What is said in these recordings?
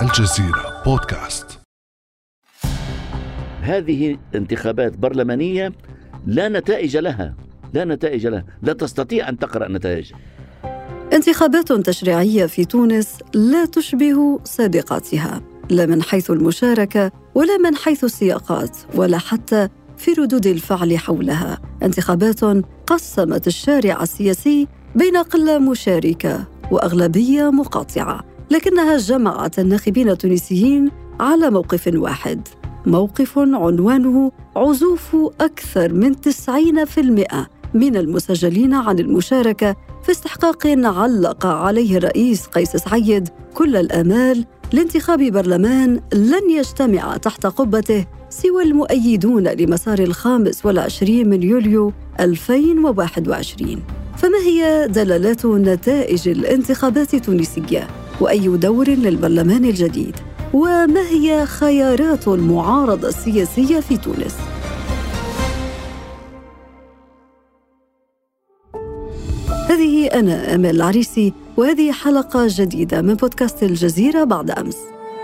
الجزيرة بودكاست. هذه انتخابات برلمانية لا نتائج لها، لا تستطيع أن تقرأ نتائج. انتخابات تشريعية في تونس لا تشبه سابقاتها، لا من حيث المشاركة ولا من حيث السياقات ولا حتى في ردود الفعل حولها. انتخابات قسمت الشارع السياسي بين قلة مشاركة وأغلبية مقاطعة، لكنها جمعت الناخبين التونسيين على موقف واحد، موقف عنوانه عزوف أكثر من 90% من المسجلين عن المشاركة في استحقاق علق عليه الرئيس قيس سعيد كل الآمال لانتخاب برلمان لن يجتمع تحت قبته سوى المؤيدون لمسار 25 من يوليو 2021. فما هي دلالات نتائج الانتخابات التونسية؟ وأي دور للبرلمان الجديد؟ وما هي خيارات المعارضة السياسية في تونس؟ هذه أنا أمال العريسي، وهذه حلقة جديدة من بودكاست الجزيرة بعد أمس.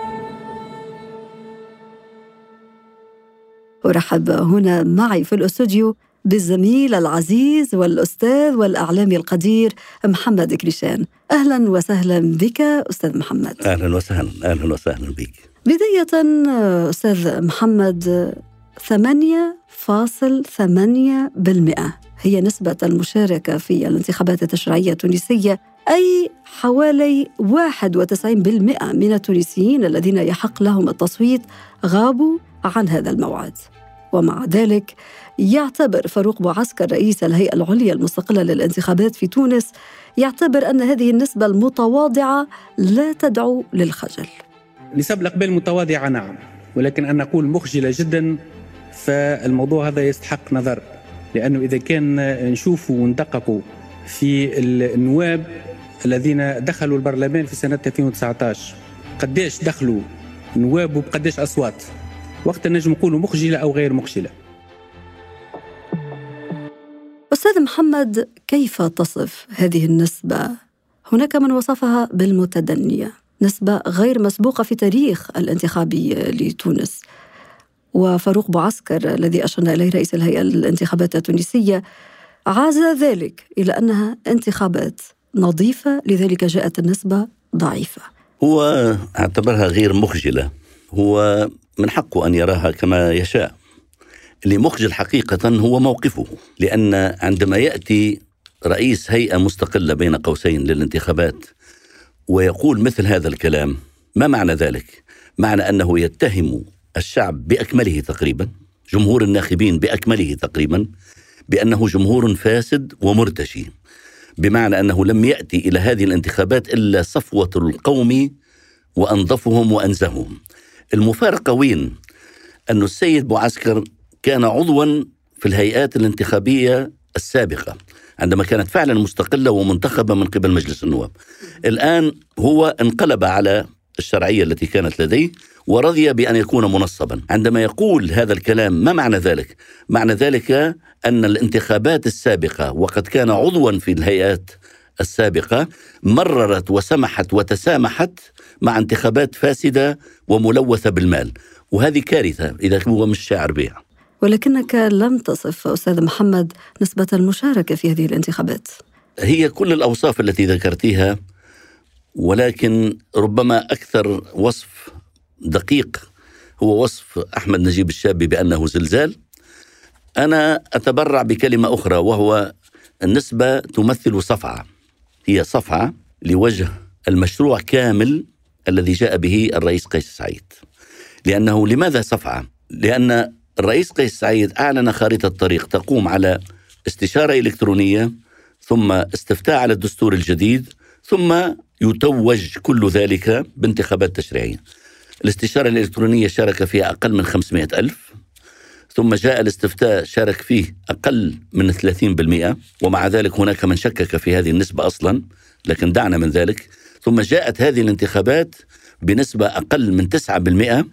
أرحب هنا معي في الأستوديو بالزميل العزيز والأستاذ والإعلامي القدير محمد كريشان. أهلا وسهلا بك أستاذ محمد. أهلا وسهلا بك. بداية أستاذ محمد، 8.8% هي نسبة المشاركة في الانتخابات التشريعية التونسية، أي حوالي 91% من التونسيين الذين يحق لهم التصويت غابوا عن هذا الموعد. ومع ذلك يعتبر فاروق بوعسكر رئيس الهيئة العليا المستقلة للانتخابات في تونس يعتبر أن هذه النسبة المتواضعة لا تدعو للخجل. نسب الإقبال متواضعة نعم، ولكن أنا أقول مخجلة جدا. فالموضوع هذا يستحق نظر، لأنه إذا كان نشوفوا وندققوا في النواب الذين دخلوا البرلمان في سنة 2019 قديش دخلوا نواب وبقديش أصوات، وقت نجم نقولوا مخجلة أو غير مخجلة. أستاذ محمد، كيف تصف هذه النسبة؟ هناك من وصفها بالمتدنية، نسبة غير مسبوقة في تاريخ الانتخابي لتونس. وفاروق بوعسكر الذي أشرنا إليه رئيس الهيئة الانتخابات التونسية عزى ذلك إلى أنها انتخابات نظيفة، لذلك جاءت النسبة ضعيفة. هو اعتبرها غير مخجلة، هو من حقه أن يراها كما يشاء. اللي مخجل حقيقة هو موقفه، لأن عندما يأتي رئيس هيئة مستقلة بين قوسين للانتخابات ويقول مثل هذا الكلام، ما معنى ذلك؟ معنى أنه يتهم الشعب بأكمله تقريبا، جمهور الناخبين بأكمله تقريبا، بأنه جمهور فاسد ومرتشي، بمعنى أنه لم يأتي إلى هذه الانتخابات إلا صفوة القوم وأنظفهم وأنزههم. المفارقة وين؟ أن السيد بوعسكر كان عضوا في الهيئات الانتخابية السابقة عندما كانت فعلا مستقلة ومنتخبة من قبل مجلس النواب. الآن هو انقلب على الشرعية التي كانت لديه ورضي بأن يكون منصبا. عندما يقول هذا الكلام ما معنى ذلك؟ معنى ذلك أن الانتخابات السابقة وقد كان عضوا في الهيئات السابقة مررت وسمحت وتسامحت مع انتخابات فاسدة وملوثة بالمال، وهذه كارثة إذا هو مش شاعر بها. ولكنك لم تصف أستاذ محمد نسبة المشاركة في هذه الانتخابات. هي كل الأوصاف التي ذكرتيها، ولكن ربما أكثر وصف دقيق هو وصف أحمد نجيب الشابي بأنه زلزال. أنا أتبرع بكلمة أخرى، وهو النسبة تمثل صفعة، هي صفعة لوجه المشروع كامل الذي جاء به الرئيس قيس سعيد. لأنه لماذا صفعة؟ لأن الرئيس قيس سعيد أعلن خارطة طريق تقوم على استشارة إلكترونية، ثم استفتاء على الدستور الجديد، ثم يتوج كل ذلك بانتخابات تشريعية. الاستشارة الإلكترونية شارك فيها أقل من 500,000، ثم جاء الاستفتاء شارك فيه أقل من 30%، ومع ذلك هناك من شكك في هذه النسبة أصلا، لكن دعنا من ذلك. ثم جاءت هذه الانتخابات بنسبة أقل من 9%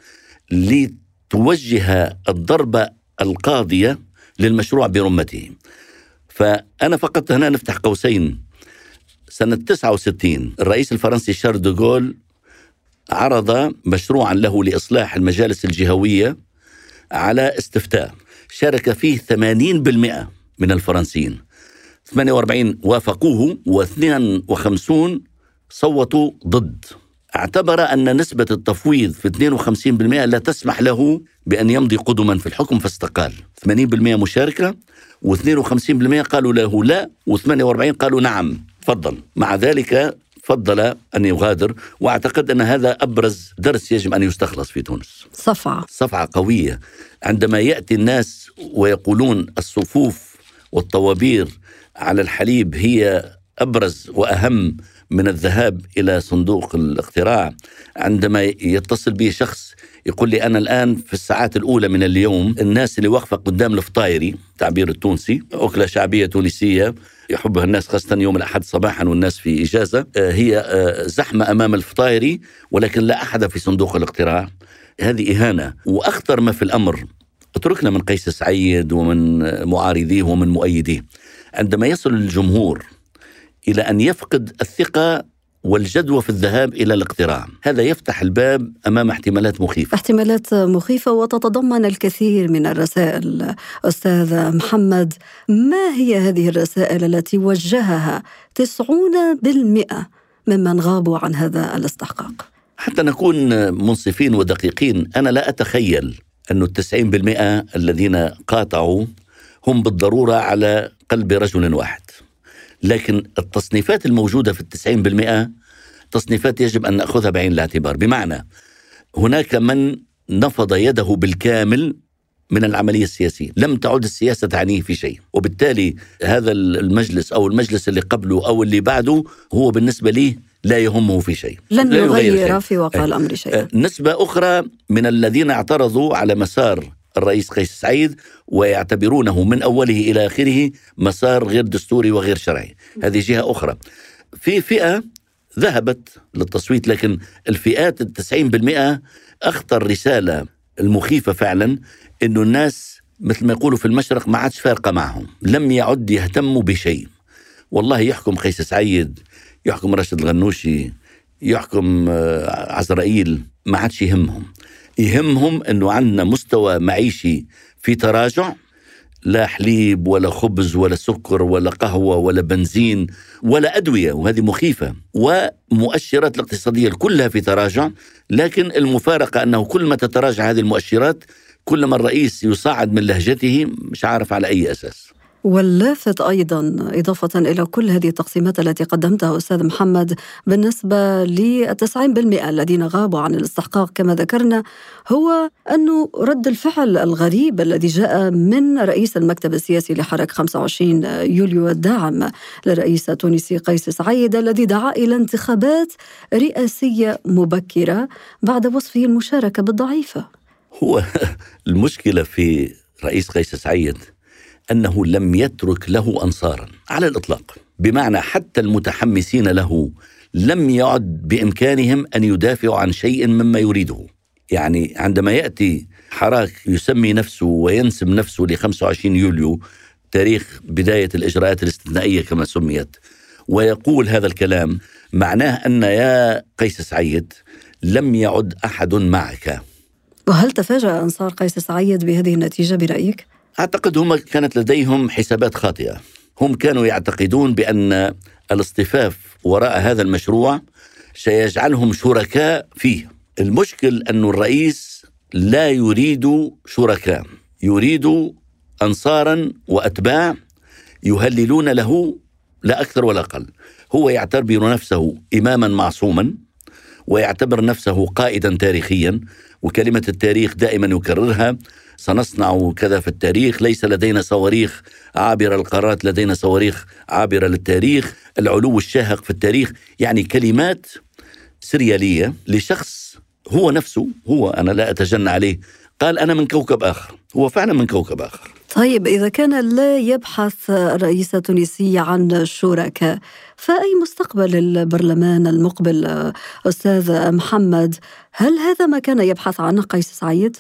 لتوجه الضربة القاضية للمشروع برمته. فأنا فقط هنا نفتح قوسين. سنة 69 الرئيس الفرنسي شارل دو غول عرض مشروعا له لإصلاح المجالس الجهوية على استفتاء شارك فيه 80% من الفرنسيين. 48 وافقوه و52 صوتوا ضد. اعتبر أن نسبة التفويض في 52% لا تسمح له بأن يمضي قدما في الحكم فاستقال. 80% مشاركة و52% قالوا له لا و48 قالوا نعم فضل. مع ذلك فضل أن يغادر، وأعتقد أن هذا أبرز درس يجب أن يستخلص في تونس. صفعة قوية عندما يأتي الناس ويقولون الصفوف والطوابير على الحليب هي أبرز وأهم من الذهاب إلى صندوق الاقتراع. عندما يتصل به شخص يقول لي أنا الآن في الساعات الأولى من اليوم الناس اللي واقفة قدام الفطايري، تعبير التونسي، أكلة شعبية تونسية يحبها الناس خاصة يوم الأحد صباحا والناس في إجازة، هي زحمة أمام الفطايري ولكن لا أحد في صندوق الاقتراع. هذه إهانة. وأخطر ما في الأمر، اتركنا من قيس سعيد ومن معارضيه ومن مؤيديه، عندما يصل الجمهور إلى أن يفقد الثقة والجدوى في الذهاب إلى الاقتراع، هذا يفتح الباب أمام احتمالات مخيفة وتتضمن الكثير من الرسائل. أستاذ محمد، ما هي هذه الرسائل التي وجهها 90% ممن غابوا عن هذا الاستحقاق؟ حتى نكون منصفين ودقيقين، أنا لا أتخيل أن 90% الذين قاطعوا هم بالضرورة على قلب رجل واحد، لكن التصنيفات الموجودة في 90% تصنيفات يجب أن نأخذها بعين الاعتبار. بمعنى هناك من نفض يده بالكامل من العملية السياسية، لم تعد السياسة تعنيه في شيء، وبالتالي هذا المجلس أو المجلس اللي قبله أو اللي بعده هو بالنسبة لي لا يهمه في شيء، لن يغير في واقع الأمر شيئا. نسبة أخرى من الذين اعترضوا على مسار الرئيس قيس سعيد ويعتبرونه من أوله إلى آخره مسار غير دستوري وغير شرعي، هذه جهة أخرى. في فئة ذهبت للتصويت، لكن الفئات 90% أخطر رسالة المخيفة فعلا إنه الناس مثل ما يقولوا في المشرق ما عادش فارقة معهم، لم يعد يهتموا بشيء. والله يحكم قيس سعيد، يحكم راشد الغنوشي، يحكم عزرائيل، ما عادش يهمهم أنه عندنا مستوى معيشي في تراجع، لا حليب ولا خبز ولا سكر ولا قهوة ولا بنزين ولا أدوية، وهذه مخيفة، ومؤشرات الاقتصادية كلها في تراجع. لكن المفارقة أنه كل ما تتراجع هذه المؤشرات كل ما الرئيس يصعد من لهجته، مش عارف على أي أساس. واللافت أيضا إضافة إلى كل هذه التقسيمات التي قدمتها أستاذ محمد بالنسبة ل90% الذين غابوا عن الاستحقاق كما ذكرنا، هو أنه رد الفعل الغريب الذي جاء من رئيس المكتب السياسي لحركة 25 يوليو الداعم للرئيس التونسي قيس سعيد، الذي دعا إلى انتخابات رئاسية مبكرة بعد وصفه المشاركة بالضعيفة. هو المشكلة في رئيس قيس سعيد أنه لم يترك له أنصارا على الإطلاق، بمعنى حتى المتحمسين له لم يعد بإمكانهم أن يدافعوا عن شيء مما يريده. يعني عندما يأتي حراك يسمي نفسه وينسب نفسه ل25 يوليو تاريخ بداية الإجراءات الاستثنائية كما سميت، ويقول هذا الكلام، معناه أن يا قيس سعيد لم يعد أحد معك. وهل تفاجأ أنصار قيس سعيد بهذه النتيجة برأيك؟ أعتقد هم كانت لديهم حسابات خاطئة. هم كانوا يعتقدون بأن الاصطفاف وراء هذا المشروع سيجعلهم شركاء فيه. المشكل أن الرئيس لا يريد شركاء، يريد أنصارا وأتباع يهللون له لا أكثر ولا أقل. هو يعتبر نفسه إماما معصوما ويعتبر نفسه قائدا تاريخيا، وكلمة التاريخ دائما يكررها، سنصنع كذا في التاريخ، ليس لدينا صواريخ عابرة للقارات، لدينا صواريخ عابرة للتاريخ، العلو الشاهق في التاريخ، يعني كلمات سريالية لشخص هو نفسه، أنا لا أتجنى عليه، قال أنا من كوكب آخر، هو فعلا من كوكب آخر. طيب إذا كان لا يبحث الرئيس التونسي عن شركاء، فأي مستقبل البرلمان المقبل أستاذ محمد؟ هل هذا ما كان يبحث عنه قيس سعيد؟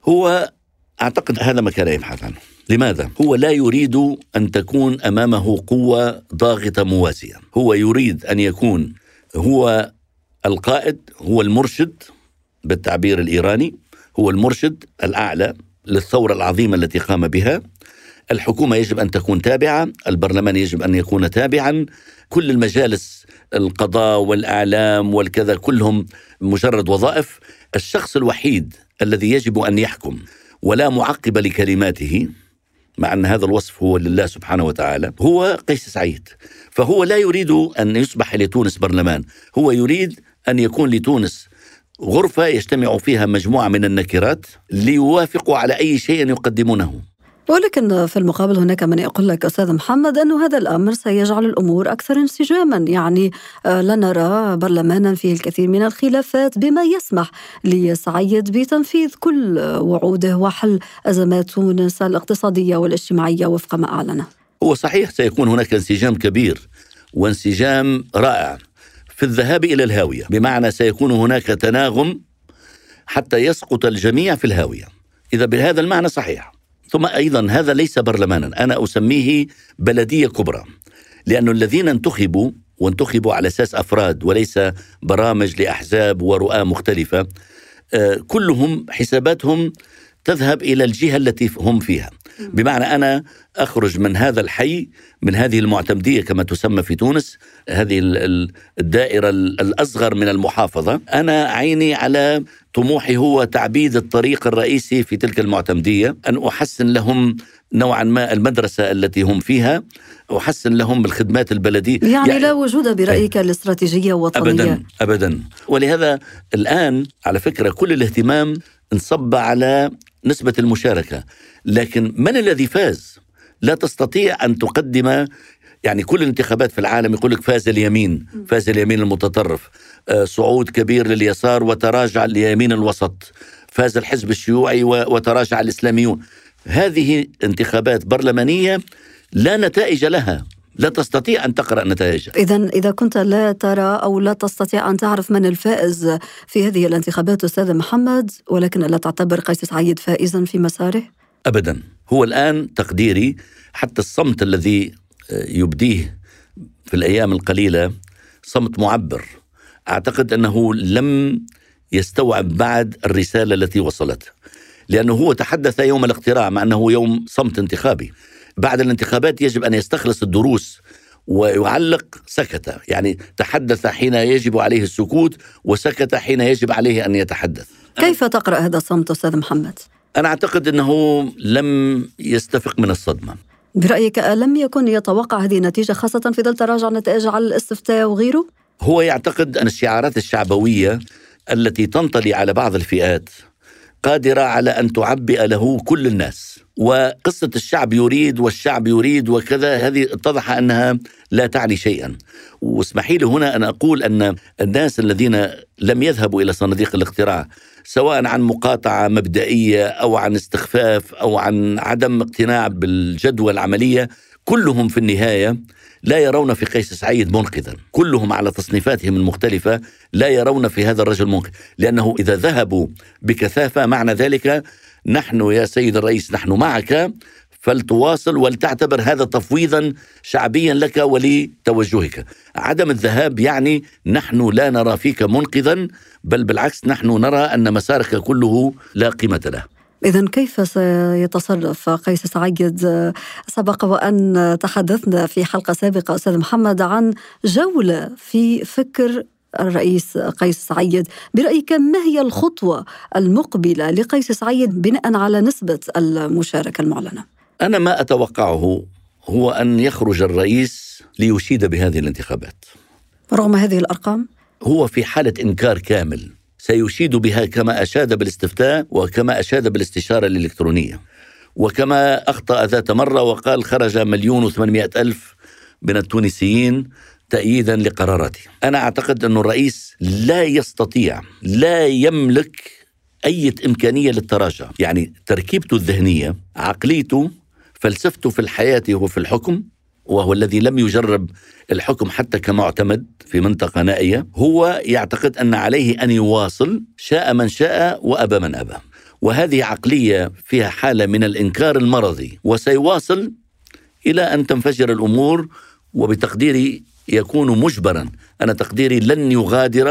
هو أعتقد هذا ما كان يبحث عنه. لماذا؟ هو لا يريد أن تكون أمامه قوة ضاغطة موازية، هو يريد أن يكون هو القائد هو المرشد بالتعبير الإيراني، هو المرشد الأعلى للثورة العظيمة التي قام بها. الحكومة يجب أن تكون تابعة، البرلمان يجب أن يكون تابعا، كل المجالس القضاء والإعلام والكذا كلهم مجرد وظائف. الشخص الوحيد الذي يجب أن يحكم ولا معقب لكلماته، مع أن هذا الوصف هو لله سبحانه وتعالى، هو قيس سعيد. فهو لا يريد أن يصبح لتونس برلمان، هو يريد أن يكون لتونس غرفة يجتمع فيها مجموعة من النكرات ليوافقوا على أي شيء يقدمونه. ولكن في المقابل هناك من يقول لك أستاذ محمد أن هذا الأمر سيجعل الأمور أكثر انسجاما، يعني لا نرى برلمانا فيه الكثير من الخلافات بما يسمح لسعيد بتنفيذ كل وعوده وحل أزمات تونس الاقتصادية والاجتماعية وفق ما أعلنه. هو صحيح سيكون هناك انسجام كبير وانسجام رائع في الذهاب إلى الهاوية، بمعنى سيكون هناك تناغم حتى يسقط الجميع في الهاوية، إذا بهذا المعنى صحيح. ثم أيضا هذا ليس برلمانا، أنا أسميه بلدية كبرى، لأن الذين وانتخبوا على أساس أفراد وليس برامج لأحزاب ورؤى مختلفة، كلهم حساباتهم تذهب إلى الجهة التي هم فيها. بمعنى أنا أخرج من هذا الحي، من هذه المعتمدية كما تسمى في تونس، هذه الدائرة الأصغر من المحافظة، أنا عيني على طموحي هو تعبيد الطريق الرئيسي في تلك المعتمدية، أن أحسن لهم نوعا ما المدرسة التي هم فيها، أحسن لهم الخدمات البلدية. يعني لا وجود برأيك الاستراتيجية الوطنية أبدا. ولهذا الآن على فكرة كل الاهتمام انصب على نسبة المشاركة، لكن من الذي فاز؟ لا تستطيع أن تقدم، يعني كل الانتخابات في العالم يقول لك فاز اليمين المتطرف، صعود كبير لليسار وتراجع اليمين الوسط، فاز الحزب الشيوعي وتراجع الإسلاميون. هذه انتخابات برلمانية لا نتائج لها، لا تستطيع أن تقرأ نتائجها. إذا كنت لا ترى أو لا تستطيع أن تعرف من الفائز في هذه الانتخابات أستاذ محمد، ولكن لا تعتبر قيس سعيد فائزا في مساره؟ أبدا. هو الآن تقديري حتى الصمت الذي يبديه في الأيام القليلة صمت معبر، أعتقد أنه لم يستوعب بعد الرسالة التي وصلت، لأنه هو تحدث يوم الاقتراع مع أنه يوم صمت انتخابي. بعد الانتخابات يجب أن يستخلص الدروس ويعلق، سكت، يعني تحدث حين يجب عليه السكوت وسكت حين يجب عليه أن يتحدث. كيف تقرأ هذا الصمت أستاذ محمد؟ أنا أعتقد أنه لم يستفق من الصدمة. برأيك لم يكن يتوقع هذه النتيجة، خاصة في ظل تراجع نتائج على الاستفتاء وغيره؟ هو يعتقد أن الشعارات الشعبوية التي تنطلي على بعض الفئات قادرة على أن تعبئ له كل الناس، وقصة الشعب يريد والشعب يريد وكذا، هذه اتضح أنها لا تعني شيئا. واسمحي لي هنا أن أقول أن الناس الذين لم يذهبوا إلى صناديق الاقتراع سواء عن مقاطعة مبدئية أو عن استخفاف أو عن عدم اقتناع بالجدوى العملية، كلهم في النهاية لا يرون في قيس سعيد منقذا، كلهم على تصنيفاتهم المختلفة لا يرون في هذا الرجل منقذ، لأنه إذا ذهبوا بكثافة معنى ذلك نحن يا سيد الرئيس نحن معك، فلتواصل ولتعتبر هذا تفويضا شعبيا لك ولتوجهك. عدم الذهاب يعني نحن لا نرى فيك منقذا، بل بالعكس نحن نرى أن مسارك كله لا قيمة له. إذن كيف سيتصرف قيس سعيد؟ سبق وأن تحدثنا في حلقة سابقة أستاذ محمد عن جولة في فكر الرئيس قيس سعيد. برأيك ما هي الخطوة المقبلة لقيس سعيد بناء على نسبة المشاركة المعلنة؟ أنا ما أتوقعه هو أن يخرج الرئيس ليشيد بهذه الانتخابات رغم هذه الأرقام. هو في حالة إنكار كامل، سيشيد بها كما أشاد بالاستفتاء وكما أشاد بالاستشارة الإلكترونية، وكما أخطأ ذات مرة وقال خرج 1,800,000 من التونسيين تأييدا لقراراتي. أنا أعتقد أن الرئيس لا يستطيع، لا يملك أي إمكانية للتراجع، يعني تركيبته الذهنية، عقليته، فلسفته في الحياة وفي الحكم، وهو الذي لم يجرب الحكم حتى كمعتمد في منطقة نائية، هو يعتقد أن عليه أن يواصل شاء من شاء وأبى من أبى، وهذه عقلية فيها حالة من الإنكار المرضي، وسيواصل إلى أن تنفجر الأمور، وبتقديري يكون مجبرا، أنا تقديري لن يغادر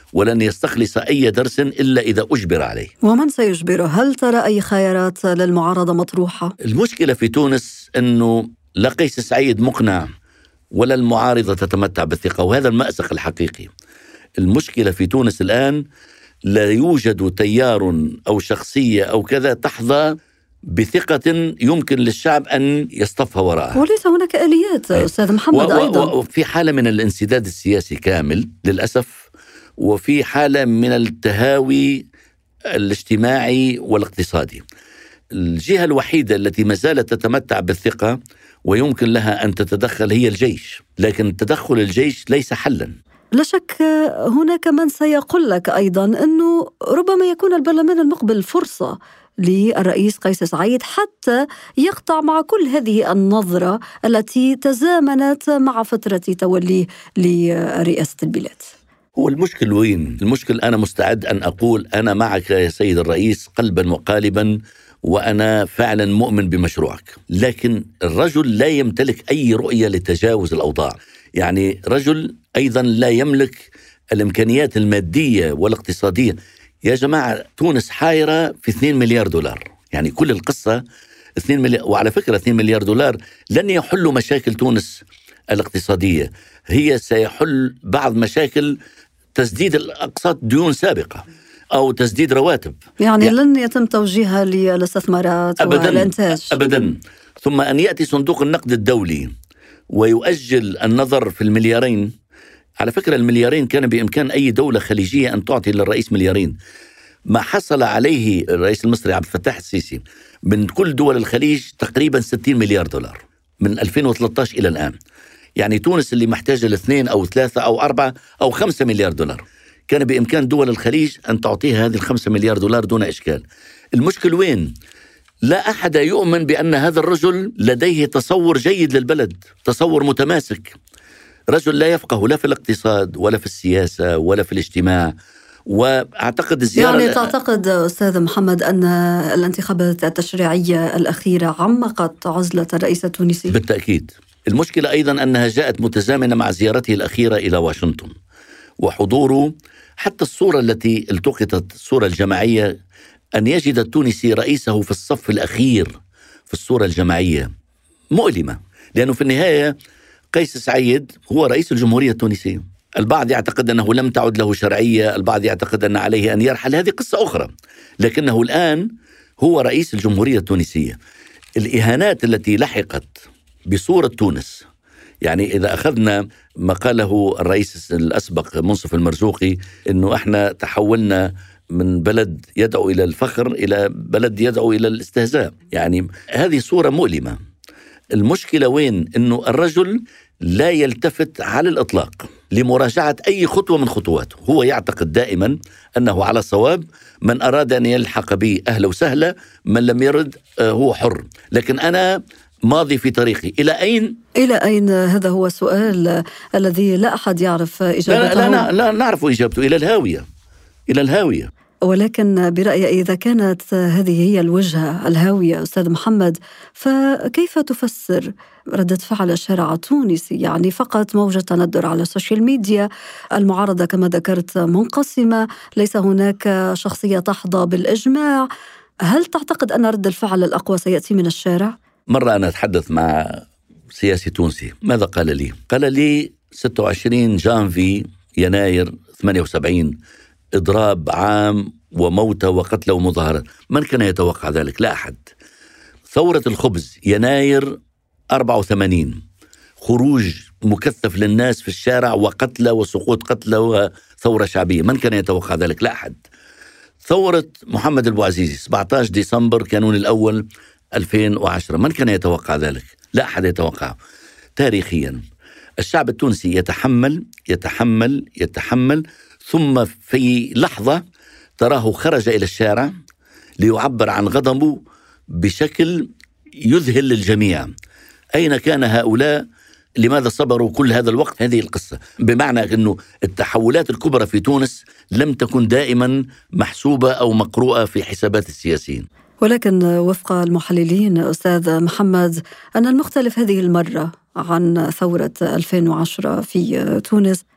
ولن يستخلص أي درس إلا إذا أجبر عليه. ومن سيجبره؟ هل ترى أي خيارات للمعارضة مطروحة؟ المشكلة في تونس أنه لا قيس سعيد مقنع ولا المعارضة تتمتع بالثقة، وهذا المأسق الحقيقي. المشكلة في تونس الآن لا يوجد تيار أو شخصية أو كذا تحظى بثقة يمكن للشعب أن يصطفها وراءها، وليس هناك آليات أستاذ محمد أيضا. وفي حالة من الانسداد السياسي كامل للأسف، وفي حالة من التهاوي الاجتماعي والاقتصادي. الجهة الوحيدة التي ما زالت تتمتع بالثقة ويمكن لها أن تتدخل هي الجيش، لكن تدخل الجيش ليس حلا. لا شك هناك من سيقول لك أيضا أنه ربما يكون البرلمان المقبل فرصة للرئيس قيس سعيد حتى يقطع مع كل هذه النظرة التي تزامنت مع فترة توليه لرئاسة البلاد. هو المشكل وين؟ المشكل أنا مستعد أن أقول أنا معك يا سيد الرئيس قلبا وقالبا، وأنا فعلا مؤمن بمشروعك، لكن الرجل لا يمتلك أي رؤية لتجاوز الأوضاع. يعني رجل أيضا لا يملك الإمكانيات المادية والاقتصادية. يا جماعة تونس حائرة في 2 مليار دولار، يعني كل القصة 2 مليار. وعلى فكرة 2 مليار دولار لن يحلوا مشاكل تونس الاقتصادية، هي سيحل بعض مشاكل تسديد الأقساط ديون سابقة أو تسديد رواتب، يعني لن يتم توجيهها للاستثمارات والإنتاج أبدا. ثم أن يأتي صندوق النقد الدولي ويؤجل النظر في المليارين. على فكرة المليارين كان بإمكان أي دولة خليجية أن تعطي للرئيس مليارين. ما حصل عليه الرئيس المصري عبد الفتاح السيسي من كل دول الخليج تقريبا 60 مليار دولار من 2013 إلى الآن. يعني تونس اللي محتاجة ل2 أو 3 أو 4 أو 5 مليار دولار، كان بإمكان دول الخليج أن تعطيها هذه 5 مليار دولار دون إشكال. المشكل وين؟ لا أحد يؤمن بأن هذا الرجل لديه تصور جيد للبلد، تصور متماسك. رجل لا يفقه لا في الاقتصاد ولا في السياسة ولا في الاجتماع. وأعتقد الزيارة يعني تعتقد أستاذ محمد أن الانتخابات التشريعية الأخيرة عمقت عزلة الرئيس التونسي؟ بالتأكيد. المشكلة أيضا أنها جاءت متزامنة مع زيارته الأخيرة إلى واشنطن وحضوره. حتى الصورة التي التقطت، الصورة الجماعية، أن يجد التونسي رئيسه في الصف الأخير في الصورة الجماعية مؤلمة، لأنه في النهاية قيس سعيد هو رئيس الجمهورية التونسية. البعض يعتقد أنه لم تعد له شرعية، البعض يعتقد أن عليه أن يرحل، هذه قصة أخرى، لكنه الآن هو رئيس الجمهورية التونسية. الإهانات التي لحقت بصورة تونس، يعني إذا أخذنا ما قاله الرئيس الأسبق منصف المرزوقي أنه إحنا تحولنا من بلد يدعو إلى الفخر إلى بلد يدعو إلى الاستهزاء، يعني هذه صورة مؤلمة. المشكلة وين؟ أنه الرجل لا يلتفت على الإطلاق لمراجعة أي خطوة من خطواته. هو يعتقد دائما أنه على صواب، من أراد أن يلحق به أهلا وسهلا، من لم يرد هو حر، لكن أنا ماضي في طريقي. إلى أين؟ إلى أين؟ هذا هو السؤال الذي لا أحد يعرف إجابته. لا نعرف إجابته. إلى الهاوية، إلى الهاوية. ولكن برأيي إذا كانت هذه هي الوجهة الهاوية أستاذ محمد، فكيف تفسر ردة فعل الشارع التونسي؟ يعني فقط موجة تندر على السوشيال ميديا، المعارضة كما ذكرت منقسمة، ليس هناك شخصية تحظى بالإجماع. هل تعتقد أن رد الفعل الأقوى سيأتي من الشارع؟ مرة أنا أتحدث مع سياسي تونسي، ماذا قال لي؟ قال لي 26 جانفي يناير 78 إضراب عام وموتى وقتل ومظاهرات. من كان يتوقع ذلك؟ لا أحد. ثورة الخبز يناير 84 خروج مكثف للناس في الشارع وقتل وسقوط قتلى وثورة شعبية. من كان يتوقع ذلك؟ لا أحد. ثورة محمد البوعزيزي 17 ديسمبر كانون الأول 2010. من كان يتوقع ذلك؟ لا أحد يتوقعه. تاريخيا الشعب التونسي يتحمل يتحمل يتحمل، ثم في لحظة تراه خرج إلى الشارع ليعبر عن غضبه بشكل يذهل الجميع. أين كان هؤلاء؟ لماذا صبروا كل هذا الوقت؟ هذه القصة، بمعنى أنه التحولات الكبرى في تونس لم تكن دائما محسوبة أو مقروءة في حسابات السياسيين. ولكن وفق المحللين أستاذ محمد أن المختلف هذه المرة عن ثورة 2010 في تونس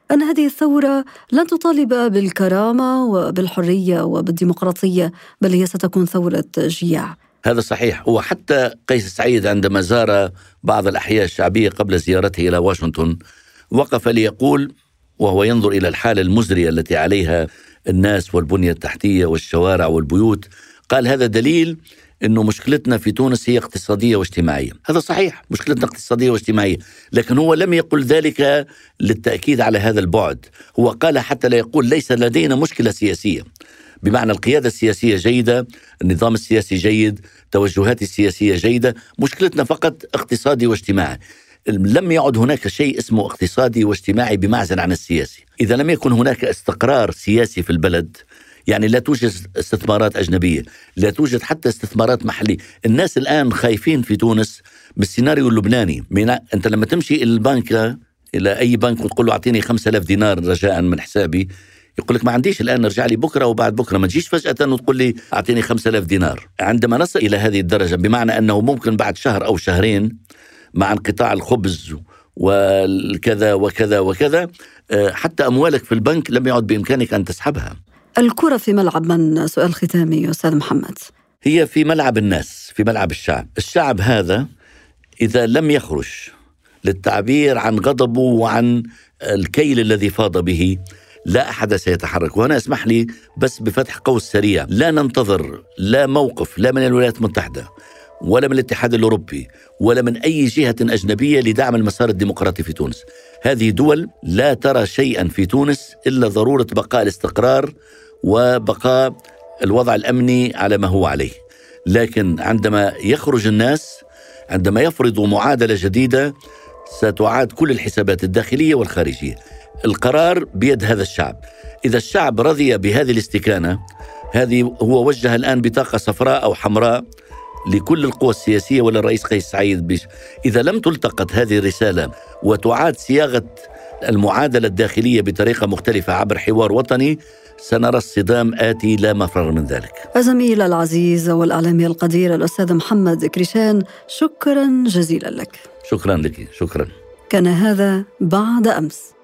أن هذه الثورة لن تطالب بالكرامة وبالحرية وبالديمقراطية، بل هي ستكون ثورة جياع. هذا صحيح. وحتى قيس سعيد عندما زار بعض الأحياء الشعبية قبل زيارته إلى واشنطن وقف ليقول، وهو ينظر إلى الحالة المزرية التي عليها الناس والبنية التحتية والشوارع والبيوت، قال هذا دليل أنه مشكلتنا في تونس هي اقتصادية واجتماعية. هذا صحيح، مشكلتنا اقتصادية واجتماعية، لكن هو لم يقل ذلك للتأكيد على هذا البعد. هو قال حتى لا يقول ليس لدينا مشكلة سياسية، بمعنى القيادة السياسية جيدة، النظام السياسي جيد، توجهات السياسية جيدة، مشكلتنا فقط اقتصادي واجتماعي. لم يعد هناك شيء اسمه اقتصادي واجتماعي بمعزل عن السياسي. إذا لم يكن هناك استقرار سياسي في البلد، يعني لا توجد استثمارات أجنبية، لا توجد حتى استثمارات محلية. الناس الآن خايفين في تونس بالسيناريو اللبناني. أنت لما تمشي إلى البنك، إلى أي بنك وتقول له أعطيني 5000 دينار رجاء من حسابي، يقول لك ما عنديش الآن، ارجع لي بكرة وبعد بكرة. ما تجيش فجأة وتقول لي أعطيني 5000 دينار. عندما نصل إلى هذه الدرجة، بمعنى أنه ممكن بعد شهر أو شهرين مع انقطاع الخبز والكذا وكذا وكذا، حتى أموالك في البنك لم يعد بإمكانك أن تسحبها. الكرة في ملعب من؟ سؤال ختامي أستاذ محمد. هي في ملعب الناس، في ملعب الشعب. الشعب هذا إذا لم يخرج للتعبير عن غضبه وعن الكيل الذي فاض به، لا أحد سيتحرك. وأنا اسمح لي بس بفتح قوس سريع، لا ننتظر لا موقف لا من الولايات المتحدة ولا من الاتحاد الأوروبي ولا من أي جهة أجنبية لدعم المسار الديمقراطي في تونس. هذه دول لا ترى شيئا في تونس إلا ضرورة بقاء الاستقرار وبقاء الوضع الأمني على ما هو عليه. لكن عندما يخرج الناس، عندما يفرضوا معادلة جديدة، ستعاد كل الحسابات الداخلية والخارجية. القرار بيد هذا الشعب. إذا الشعب رضي بهذه الاستكانة، هذه هو وجه الآن بطاقة صفراء أو حمراء لكل القوى السياسية وللرئيس قيس سعيد. إذا لم تلتقط هذه الرسالة وتعاد صياغة المعادلة الداخلية بطريقة مختلفة عبر حوار وطني، سنرى الصدام آتي لا مفر من ذلك. الزميل العزيز والإعلامي القدير الأستاذ محمد كريشان، شكرا جزيلا لك. شكرا لك. شكرا. كان هذا بعد أمس.